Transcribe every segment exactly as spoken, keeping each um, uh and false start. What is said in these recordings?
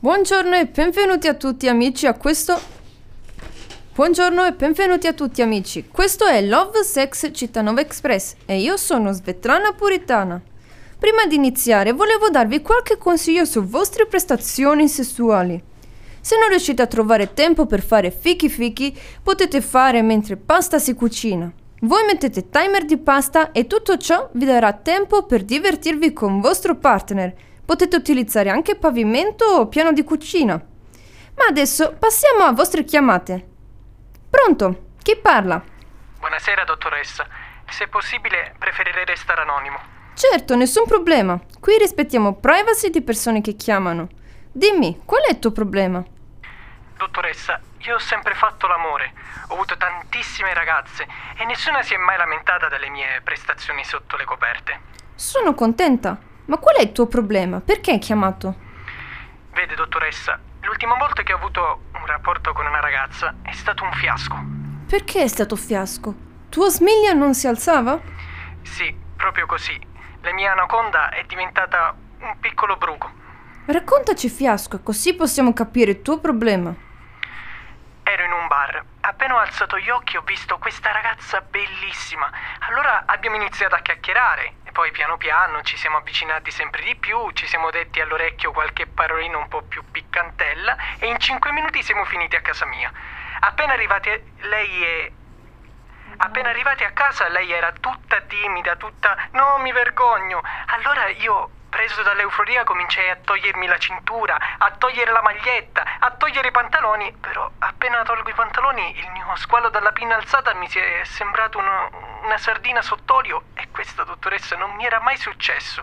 Buongiorno e benvenuti a tutti amici a questo... Buongiorno e benvenuti a tutti amici. Questo è Love Sex Cittadino Express e io sono Svetlana Puritana. Prima di iniziare volevo darvi qualche consiglio su vostre prestazioni sessuali. Se non riuscite a trovare tempo per fare fichi fichi, potete fare mentre pasta si cucina. Voi mettete timer di pasta e tutto ciò vi darà tempo per divertirvi con vostro partner. Potete utilizzare anche pavimento o piano di cucina. Ma adesso passiamo a vostre chiamate. Pronto? Chi parla? Buonasera, dottoressa. Se possibile, preferirei restare anonimo. Certo, nessun problema. Qui rispettiamo privacy di persone che chiamano. Dimmi, qual è il tuo problema? Dottoressa, io ho sempre fatto l'amore. Ho avuto tantissime ragazze e nessuna si è mai lamentata delle mie prestazioni sotto le coperte. Sono contenta. Ma qual è il tuo problema? Perché hai chiamato? Vede, dottoressa, l'ultima volta che ho avuto un rapporto con una ragazza è stato un fiasco. Perché è stato fiasco? Tua smiglia non si alzava? Sì, proprio così. La mia anaconda è diventata un piccolo bruco. Raccontaci fiasco, così possiamo capire il tuo problema. Ero in un bar. Appena ho alzato gli occhi ho visto questa ragazza bellissima. Allora abbiamo iniziato a chiacchierare e poi piano piano ci siamo avvicinati sempre di più, ci siamo detti all'orecchio qualche parolina un po' più piccantella e in cinque minuti siamo finiti a casa mia. Appena arrivati lei è... Appena arrivati a casa lei era tutta timida, tutta... No, mi vergogno. Allora io, preso dall'euforia, cominciai a togliermi la cintura, a togliere la maglietta, a togliere i pantaloni, però appena tolgo i pantaloni il mio squalo dalla pinna alzata mi si è sembrato uno, una sardina sott'olio e questa, dottoressa, non mi era mai successo.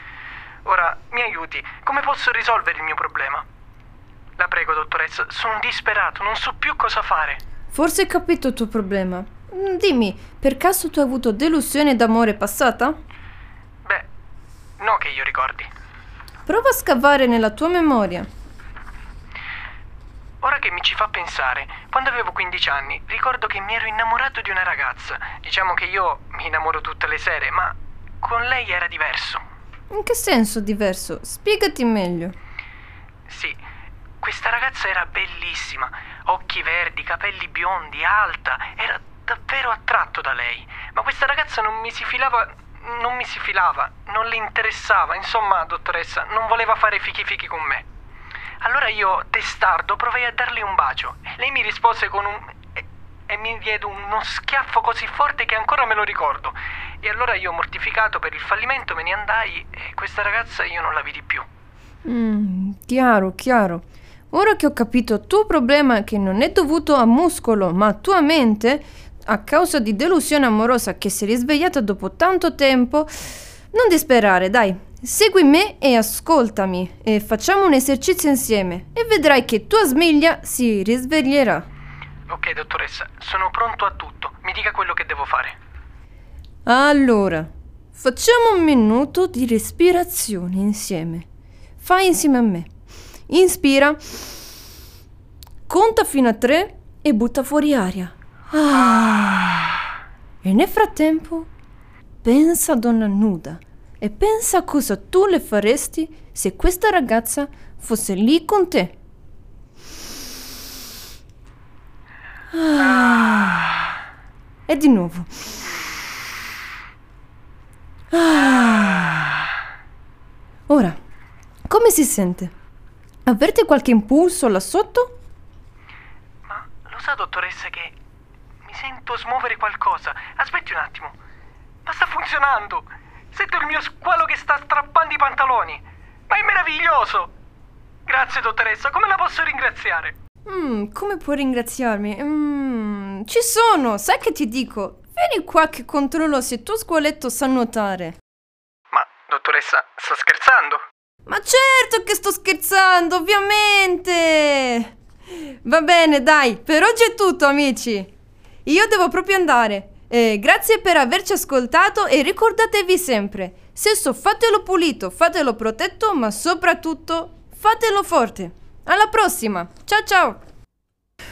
Ora, mi aiuti, come posso risolvere il mio problema? La prego, dottoressa, sono disperato, non so più cosa fare. Forse hai capito il tuo problema. Dimmi, per caso tu hai avuto delusione d'amore passata? Beh, no che io ricordi. Prova a scavare nella tua memoria. Ora che mi ci fa pensare, quando avevo quindici anni, ricordo che mi ero innamorato di una ragazza. Diciamo che io mi innamoro tutte le sere, ma con lei era diverso. In che senso diverso? Spiegati meglio. Sì, questa ragazza era bellissima, occhi verdi, capelli biondi, alta, era davvero attratto da lei. Ma questa ragazza non mi si filava, non mi si filava, non le interessava, insomma, dottoressa, non voleva fare fichi fichi con me. Allora io, testardo, provai a darle un bacio. Lei mi rispose con un... e, e mi diede uno schiaffo così forte che ancora me lo ricordo. E allora io, mortificato per il fallimento, me ne andai e questa ragazza io non la vidi più. Mm, chiaro, chiaro. Ora che ho capito, il tuo problema è che non è dovuto a muscolo, ma a tua mente, a causa di delusione amorosa che si è risvegliata dopo tanto tempo. Non disperare, dai. Segui me e ascoltami e facciamo un esercizio insieme e vedrai che tua smiglia si risveglierà. Ok, dottoressa, sono pronto a tutto. Mi dica quello che devo fare. Allora, facciamo un minuto di respirazione insieme. Fai insieme a me. Inspira, conta fino a tre e butta fuori aria. Ah. E nel frattempo pensa a donna nuda e pensa a cosa tu le faresti se questa ragazza fosse lì con te. Ah. E di nuovo. Ah. Ora, come si sente? Avverte qualche impulso là sotto? Ma lo sa, dottoressa, che mi sento smuovere qualcosa. Aspetti un attimo. Ma sta funzionando! Sento il mio squalo che sta strappando i pantaloni. Ma è meraviglioso! Grazie, dottoressa, come la posso ringraziare? Mm, come puoi ringraziarmi? Mm, ci sono, sai che ti dico? Vieni qua che controllo se tuo squaletto sa nuotare. Ma, dottoressa, sta scherzando? Ma certo che sto scherzando, ovviamente! Va bene, dai, per oggi è tutto, amici. Io devo proprio andare. Eh, grazie per averci ascoltato e ricordatevi sempre, sesso fatelo pulito, fatelo protetto, ma soprattutto fatelo forte. Alla prossima, ciao ciao!